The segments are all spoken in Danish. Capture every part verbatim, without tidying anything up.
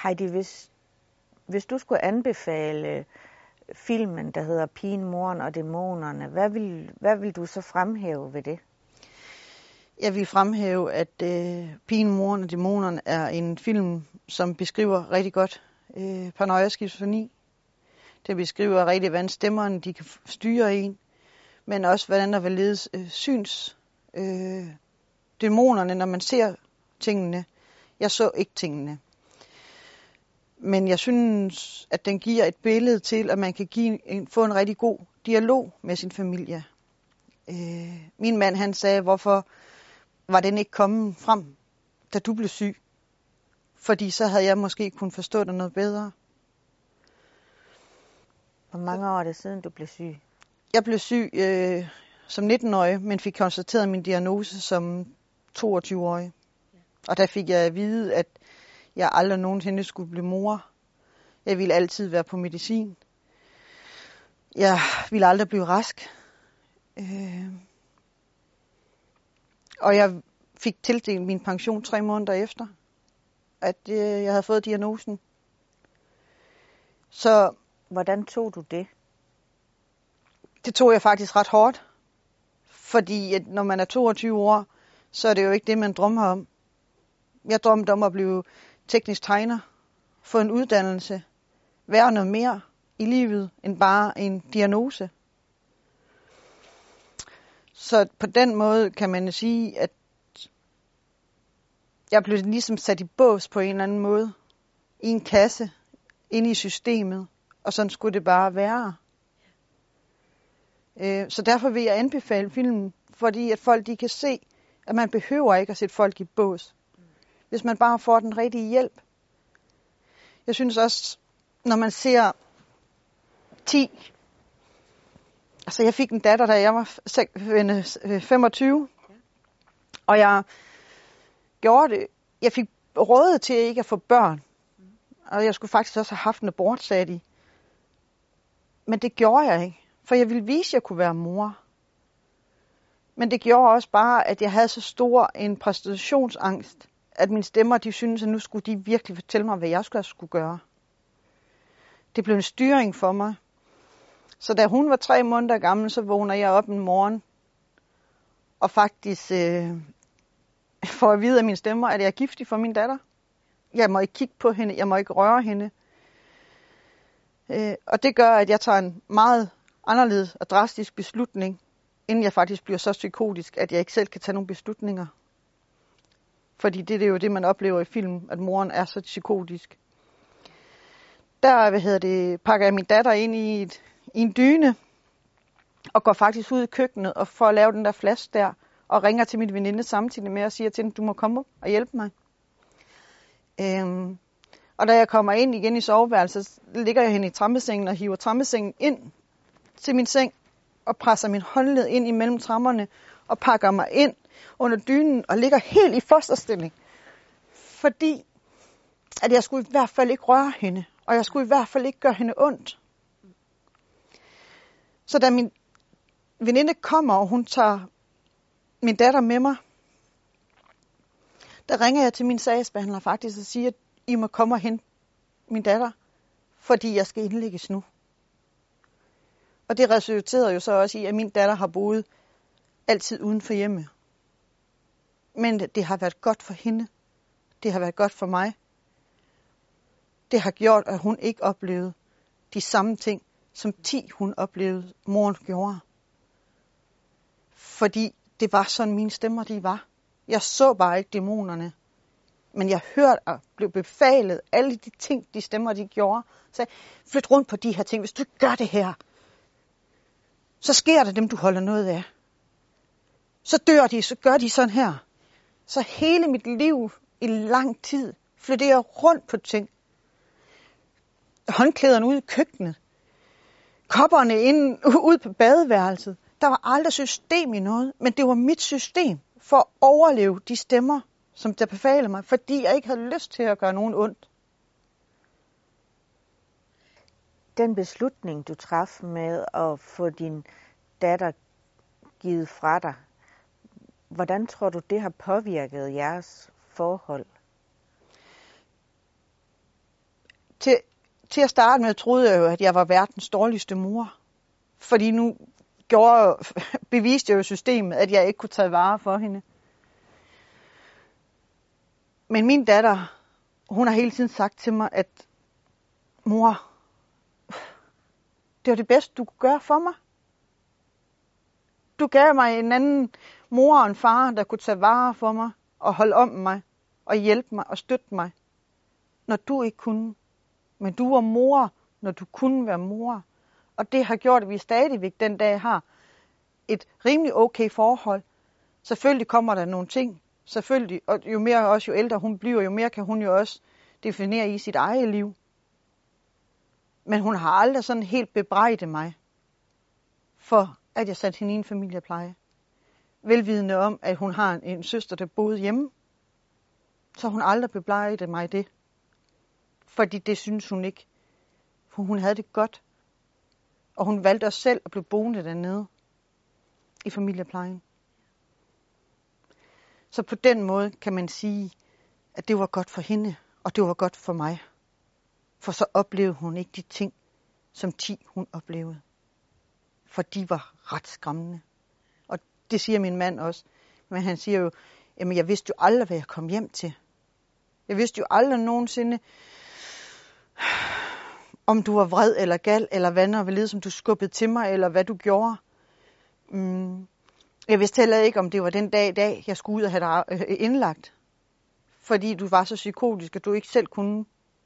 Heidi, hvis, hvis du skulle anbefale filmen, der hedder Pigen, Moren og Dæmonerne, hvad vil, hvad vil du så fremhæve ved det? Jeg vil fremhæve, at øh, Pigen, Moren og Dæmonerne er en film, som beskriver rigtig godt øh, paranoia-skizofreni. Det beskriver rigtig, hvordan stemmerne de kan styre en, men også hvordan der vil ledes øh, syns øh, dæmonerne, når man ser tingene. Jeg så ikke tingene. Men jeg synes, at den giver et billede til, at man kan give en, få en rigtig god dialog med sin familie. Øh, min mand, han sagde, hvorfor var den ikke kommet frem, da du blev syg? Fordi så havde jeg måske kunnet forstå dig noget bedre. Hvor mange år er det siden, du blev syg? Jeg blev syg øh, som nitten-årig, men fik konstateret min diagnose som toogtyve-årig. Og der fik jeg at vide, at jeg aldrig nogensinde skulle blive mor. Jeg ville altid være på medicin. Jeg ville aldrig blive rask. Øh, og jeg fik tildelt min pension tre måneder efter, at øh, jeg havde fået diagnosen. Så hvordan tog du det? Det tog jeg faktisk ret hårdt. Fordi at når man er toogtyve år, så er det jo ikke det, man drømmer om. Jeg drømte om at blive teknisk tegner, få en uddannelse, være noget mere i livet end bare en diagnose. Så på den måde kan man sige, at jeg blev ligesom sat i bås på en eller anden måde, i en kasse, inde i systemet, og sådan skulle det bare være. Så derfor vil jeg anbefale filmen, fordi at folk de kan se, at man behøver ikke at sætte folk i bås, hvis man bare får den rigtige hjælp. Jeg synes også, når man ser ti, altså jeg fik en datter, da jeg var femogtyve, og jeg gjorde det, jeg fik rådet til ikke at få børn, og jeg skulle faktisk også have haft en abort, sagde de. Men det gjorde jeg ikke, for jeg ville vise, at jeg kunne være mor. Men det gjorde også bare, at jeg havde så stor en præstationsangst, at mine stemmer, de syntes, at nu skulle de virkelig fortælle mig, hvad jeg skulle, skulle gøre. Det blev en styring for mig. Så da hun var tre måneder gammel, så vågner jeg op en morgen, og faktisk øh, får at vide af mine stemmer, at jeg er giftig for min datter. Jeg må ikke kigge på hende, jeg må ikke røre hende. Øh, og det gør, at jeg tager en meget anderledes og drastisk beslutning, inden jeg faktisk bliver så psykotisk, at jeg ikke selv kan tage nogle beslutninger. Fordi det, det er jo det, man oplever i film, at moren er så psykotisk. Der hvad hedder det, pakker jeg min datter ind i, et, i en dyne, og går faktisk ud i køkkenet og får at lave den der flaske der, og ringer til min veninde samtidig med og siger til hende, du må komme og hjælpe mig. Øhm, og da jeg kommer ind igen i soveværelset, så ligger jeg hende i trampesengen og hiver trampesengen ind til min seng, og presser min håndled ind imellem trammerne, og pakker mig ind under dynen, og ligger helt i fosterstilling. Fordi, at jeg skulle i hvert fald ikke røre hende, og jeg skulle i hvert fald ikke gøre hende ondt. Så da min veninde kommer, og hun tager min datter med mig, der ringer jeg til min sagsbehandler faktisk og siger, at I må komme og hente min datter, fordi jeg skal indlægges nu. Og det resulterede jo så også i, at min datter har boet altid uden for hjemme. Men det har været godt for hende. Det har været godt for mig. Det har gjort, at hun ikke oplevede de samme ting, som ti hun oplevede, moren gjorde. Fordi det var sådan, mine stemmer de var. Jeg så bare ikke dæmonerne. Men jeg hørte og blev befalet alle de ting, de stemmer de gjorde. Så flyt rundt på de her ting. Hvis du ikke gør det her, så sker der dem, du holder noget af. Så dør de, så gør de sådan her. Så hele mit liv i lang tid flyttede jeg rundt på ting. Håndklæderne ude i køkkenet. Kopperne inde, ude på badeværelset. Der var aldrig system i noget, men det var mit system for at overleve de stemmer, som der befalede mig, fordi jeg ikke havde lyst til at gøre nogen ondt. Den beslutning, du traf med at få din datter givet fra dig, hvordan tror du, det har påvirket jeres forhold? til, til at starte med troede jeg jo, at jeg var verdens dårligste mor. Fordi nu gjorde, beviste jeg jo systemet, at jeg ikke kunne tage vare for hende. Men min datter, hun har hele tiden sagt til mig, at mor, det var det bedste, du kunne gøre for mig. Du gav mig en anden mor og en far, der kunne tage vare for mig og holde om mig og hjælpe mig og støtte mig, når du ikke kunne. Men du var mor, når du kunne være mor. Og det har gjort, at vi stadigvæk den dag har et rimelig okay forhold. Selvfølgelig kommer der nogle ting. Selvfølgelig, og jo mere også jo ældre hun bliver, jo mere kan hun jo også definere i sit eget liv. Men hun har aldrig sådan helt bebrejdet mig for, at jeg satte hende i en familiepleje. Velvidende om, at hun har en, en søster, der boede hjemme, så hun aldrig bebrejdet mig det. Fordi det synes hun ikke. For hun havde det godt. Og hun valgte også selv at blive boende dernede i familieplejen. Så på den måde kan man sige, at det var godt for hende, og det var godt for mig. For så oplevede hun ikke de ting, som ti hun oplevede. For de var ret skræmmende. Og det siger min mand også. Men han siger jo, jamen jeg vidste jo aldrig, hvad jeg kom hjem til. Jeg vidste jo aldrig nogensinde, om du var vred eller gal, eller hvad og hvorledes, som du skubbede til mig, eller hvad du gjorde. Mm. Jeg vidste heller ikke, om det var den dag i dag, jeg skulle ud og have dig indlagt. Fordi du var så psykotisk, at du ikke selv kunne.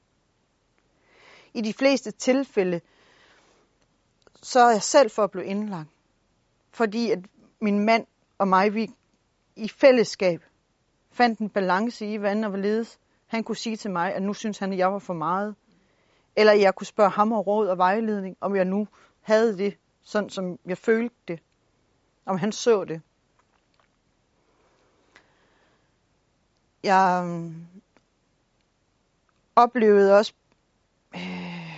I de fleste tilfælde, så er jeg selv for at blive indlagt. Fordi at min mand og mig, vi i fællesskab fandt en balance i, hvordan og hvorledes han kunne sige til mig, at nu synes han, at jeg var for meget. Eller jeg kunne spørge ham om råd og vejledning, om jeg nu havde det, sådan som jeg følte det. Om han så det. Jeg øh, oplevede også, øh,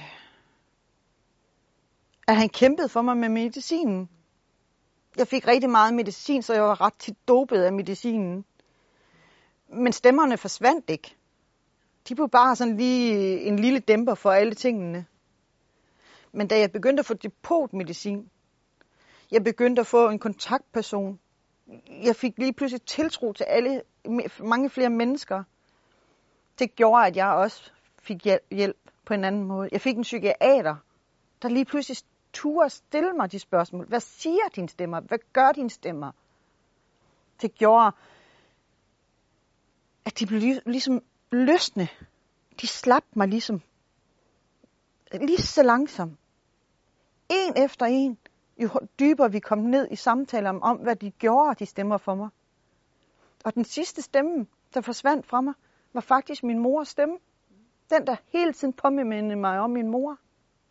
at han kæmpede for mig med medicinen. Jeg fik rigtig meget medicin, så jeg var ret tit dopet af medicinen. Men stemmerne forsvandt ikke. De blev bare sådan lige en lille dæmper for alle tingene. Men da jeg begyndte at få depotmedicin, jeg begyndte at få en kontaktperson, jeg fik lige pludselig tiltro til alle, mange flere mennesker. Det gjorde, at jeg også fik hjælp på en anden måde. Jeg fik en psykiater, der lige pludselig turde stille mig de spørgsmål. Hvad siger dine stemmer? Hvad gør dine stemmer? Det gjorde, at de blev ligesom løsne. De slap mig ligesom lige så langsomt. En efter en, jo dybere vi kom ned i samtaler om, om hvad de gjorde, de stemmer for mig. Og den sidste stemme, der forsvandt fra mig, var faktisk min mors stemme. Den, der hele tiden påmindede mig om min mor.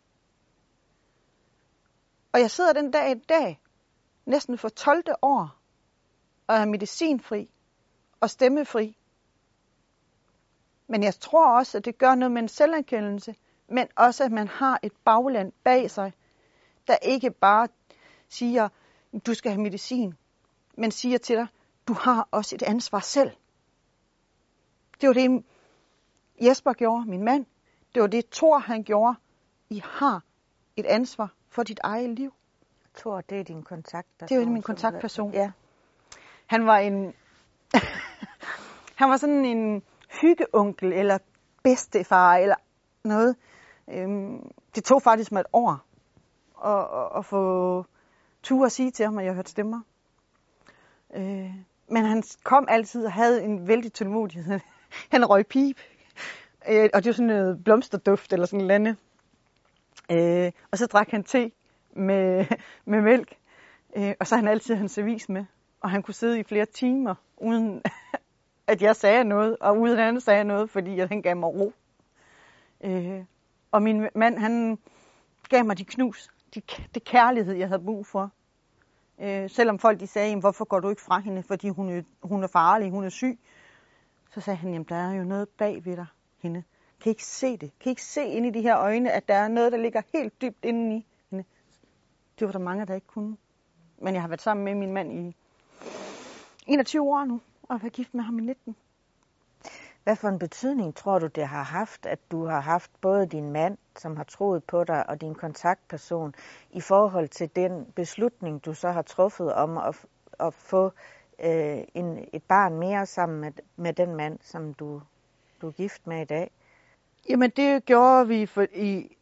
Og jeg sidder den dag i dag, næsten for tolvte år, og er medicinfri og stemmefri. Men jeg tror også, at det gør noget med en selverkendelse, men også, at man har et bagland bag sig, der ikke bare siger, du skal have medicin, men siger til dig, du har også et ansvar selv. Det var det, Jesper gjorde, min mand. Det var det, Thor han gjorde. I har et ansvar for dit eget liv. Thor, det er din kontaktperson. Det er jo min kontaktperson. Ja. Han var en, han var sådan en hyggeonkel, eller bedstefar, eller noget. Øhm, det tog faktisk mig et år at, at, at få tur at sige til ham, at jeg hørte stemmer. Øh, men han kom altid og havde en vældig tålmodighed. Han røg pip, øh, og det var sådan noget blomsterduft eller sådan noget andet. Øh, og så drak han te med, med mælk, øh, og så havde han altid hans avis med. Og han kunne sidde i flere timer, uden at jeg sagde noget, og uden at han sagde noget, fordi at han gav mig ro. Øh, og min mand, han gav mig de knus, de, det kærlighed, jeg havde brug for. Øh, selvom folk de sagde, hvorfor går du ikke fra hende, fordi hun er, hun er farlig, hun er syg. Så sagde han, jamen der er jo noget bag ved dig, hende. Kan I ikke se det? Kan I ikke se ind i de her øjne, at der er noget, der ligger helt dybt inde i hende? Det var der mange, der ikke kunne. Men jeg har været sammen med min mand i enogtyve år nu, og har været gift med ham i nitten. Hvad for en betydning tror du, det har haft, at du har haft både din mand, som har troet på dig, og din kontaktperson, i forhold til den beslutning, du så har truffet om at, at få øh, en, et barn mere sammen med, med den mand, som du, du er gift med i dag? Jamen det gjorde vi for, i,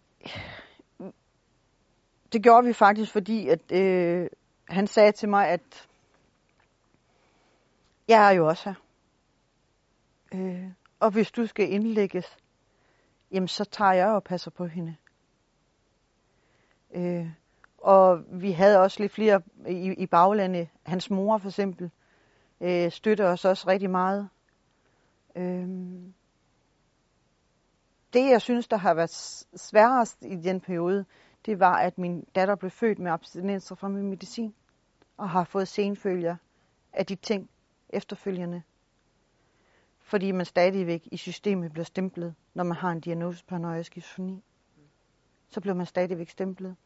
det gjorde vi faktisk, fordi at øh, han sagde til mig, at jeg er jo også her. Øh, og hvis du skal indlægges, jamen så tager jeg og passer på hende. Øh, og vi havde også lidt flere i, i baglandet. Hans mor for eksempel øh, støtter os også rigtig meget. Øh, det jeg synes, der har været sværest i den periode, det var, at min datter blev født med abstinenser fra min medicin, og har fået senfølger af de ting efterfølgende. Fordi man stadigvæk i systemet bliver stemplet, når man har en diagnose paranoid skizofreni. Så bliver man stadigvæk stemplet.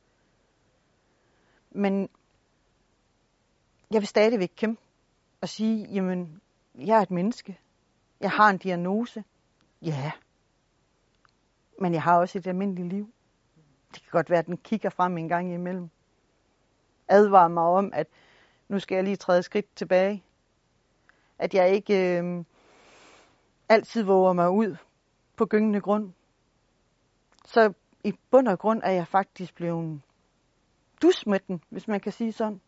Men jeg vil stadigvæk kæmpe og sige, jamen, jeg er et menneske. Jeg har en diagnose. Ja. Men jeg har også et almindeligt liv. Det kan godt være, at den kigger frem en gang imellem. Advarer mig om, at nu skal jeg lige træde skridt tilbage. At jeg ikke øh, altid våger mig ud på gyngende grund. Så i bund og grund er jeg faktisk blevet dus med den, hvis man kan sige sådan.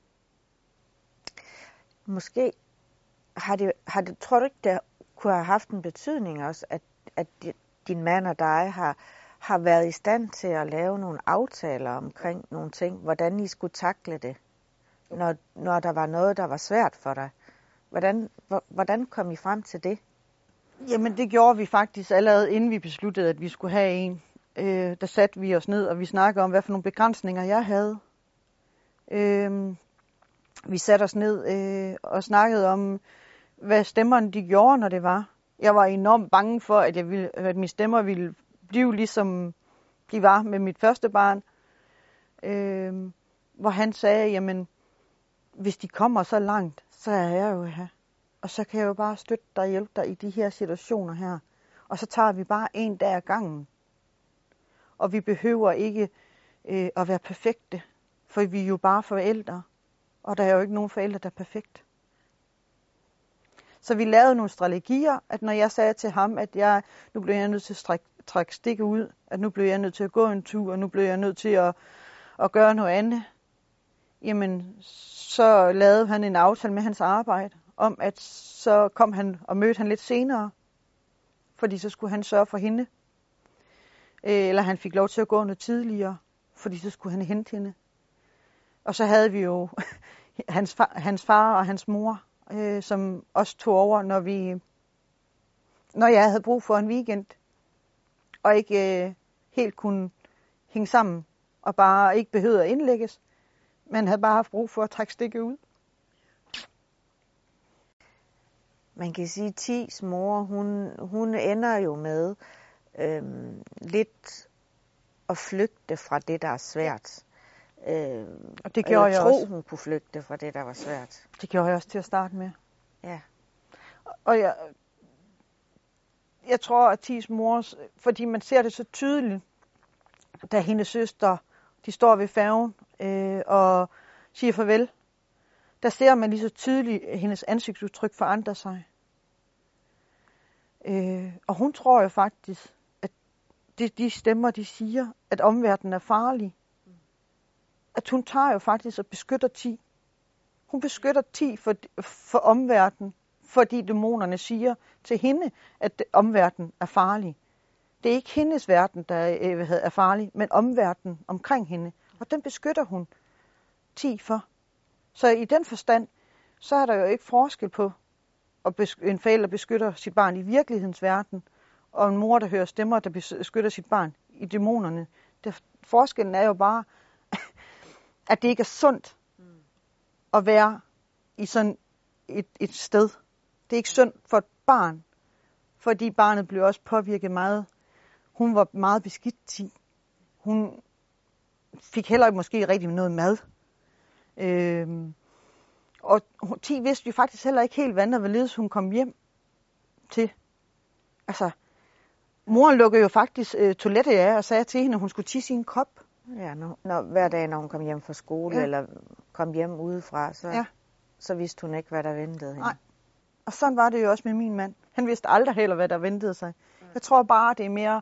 Måske har det, har det, tror du ikke, det kunne have haft en betydning også, at, at din mand og dig har, har været i stand til at lave nogle aftaler omkring nogle ting, hvordan I skulle takle det, når, når der var noget, der var svært for dig? Hvordan, hvordan kom I frem til det? Jamen det gjorde vi faktisk allerede, inden vi besluttede, at vi skulle have en. Øh, der satte vi os ned, og vi snakkede om, hvad for nogle begrænsninger jeg havde. Øh, vi satte os ned øh, og snakkede om, hvad stemmerne de gjorde, når det var. Jeg var enormt bange for, at, jeg ville, at mine stemmer ville blive ligesom de var med mit første barn. Øh, hvor han sagde, jamen, hvis de kommer så langt, så er jeg jo her. Og så kan jeg jo bare støtte dig og hjælpe dig i de her situationer her. Og så tager vi bare en dag ad gangen. Og vi behøver ikke øh, at være perfekte, for vi er jo bare forældre. Og der er jo ikke nogen forældre, der er perfekt. Så vi lavede nogle strategier, at når jeg sagde til ham, at jeg, nu blev jeg nødt til at trække, trække stikket ud, at nu blev jeg nødt til at gå en tur, og nu blev jeg nødt til at, at gøre noget andet, jamen så lavede han en aftale med hans arbejde, om at så kom han og mødte han lidt senere, fordi så skulle han sørge for hende. Eller han fik lov til at gå noget tidligere, fordi så skulle han hente hende. Og så havde vi jo hans, far, hans far og hans mor, øh, som også tog over, når vi, når jeg havde brug for en weekend, og ikke øh, helt kunne hænge sammen, og bare ikke behøvede at indlægges, men havde bare haft brug for at trække stikket ud. Man kan sige, at This mor, hun, hun ender jo med øhm, lidt at flygte fra det, der er svært. Øh, og det gjorde jeg, jeg tro, også. hun kunne flygte fra det, der var svært. Det gjorde jeg også til at starte med. Ja. Og jeg, jeg tror, at This mor, fordi man ser det så tydeligt, da hendes søster, de står ved færgen øh, og siger farvel, der ser man lige så tydeligt, at hendes ansigtsudtryk forandrer sig. Øh, og hun tror jo faktisk, at det, de stemmer, de siger, at omverdenen er farlig. At hun tager jo faktisk og beskytter Thi. Hun beskytter Thi for, for omverdenen, fordi dæmonerne siger til hende, at omverdenen er farlig. Det er ikke hendes verden, der er, er farlig, men omverdenen omkring hende. Og den beskytter hun Thi for. Så i den forstand, så er der jo ikke forskel på, at en forælder beskytter sit barn i virkelighedens verden, og en mor, der hører stemmer, der beskytter sit barn i dæmonerne. Det, forskellen er jo bare, at det ikke er sundt at være i sådan et, et sted. Det er ikke sundt for et barn, fordi barnet blev også påvirket meget. Hun var meget beskidt Thi. Hun fik heller ikke måske rigtig noget mad. Øhm, og Thi vidste jo faktisk heller ikke helt, hvordan og hvorledes hun kom hjem til. Altså, moren lukkede jo faktisk øh, toilettet af og sagde til hende, at hun skulle tisse i en kop. Ja, når, når, hver dag, når hun kom hjem fra skole, Ja. eller kom hjem udefra, så, Ja. så vidste hun ikke, hvad der ventede hende. Nej. Og sådan var det jo også med min mand. Han vidste aldrig heller, hvad der ventede sig. Jeg tror bare, det er mere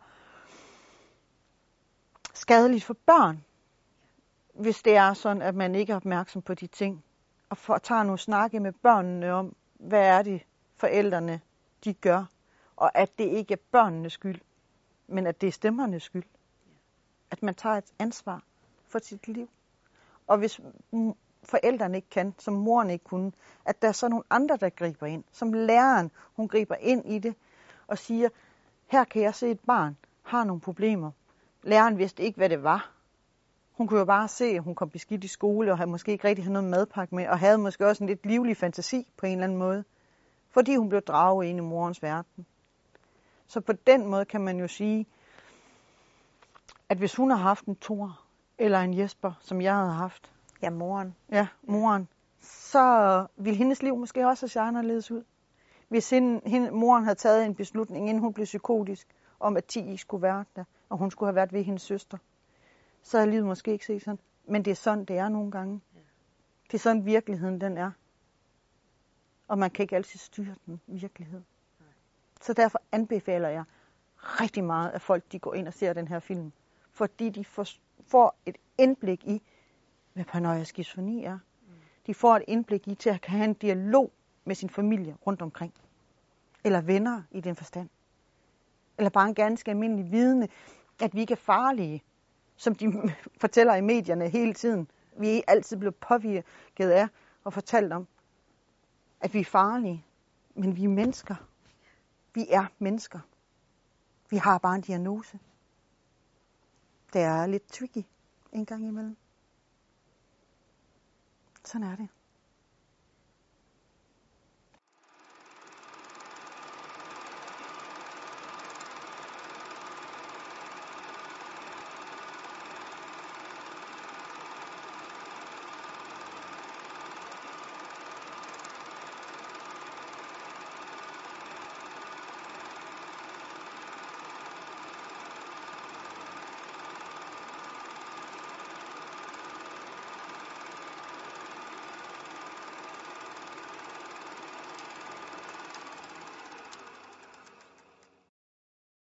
skadeligt for børn, hvis det er sådan, at man ikke er opmærksom på de ting. Og for, tager nogle snakke med børnene om, hvad er det, forældrene de gør. Og at det ikke er børnenes skyld, men at det er stemmernes skyld. At man tager et ansvar for sit liv. Og hvis forældrene ikke kan, som moren ikke kunne, at der er så nogle andre, der griber ind. Som læreren, hun griber ind i det og siger, her kan jeg se et barn har nogle problemer. Læreren vidste ikke, hvad det var. Hun kunne jo bare se, at hun kom beskidt i skole og havde måske ikke rigtig havde noget madpakke med, og havde måske også en lidt livlig fantasi på en eller anden måde. Fordi hun blev draget ind i morens verden. Så på den måde kan man jo sige, at hvis hun har haft en Thor eller en Jesper, som jeg havde haft, Ja, moren. ja, moren, så ville hendes liv måske også se anderledes ud. Hvis hende, hende, moren havde taget en beslutning, inden hun blev psykotisk, om at Ti ikke skulle være der, og hun skulle have været ved hendes søster, så havde livet måske ikke set sådan. Men det er sådan, det er nogle gange. Det er sådan, virkeligheden den er. Og man kan ikke altid styre den virkelighed. Så derfor anbefaler jeg rigtig meget, at folk de går ind og ser den her film. Fordi de får, får et indblik i, hvad paranoia skizofreni er. De får et indblik i til at have en dialog med sin familie rundt omkring. Eller venner i den forstand. Eller bare en ganske almindelig vidne, at vi ikke er farlige, som de fortæller i medierne hele tiden. Vi er altid blevet påvirket af og fortalt om, at vi er farlige, men vi er mennesker. Vi er mennesker. Vi har bare en diagnose. Det er lidt tricky en gang imellem. Sådan er det.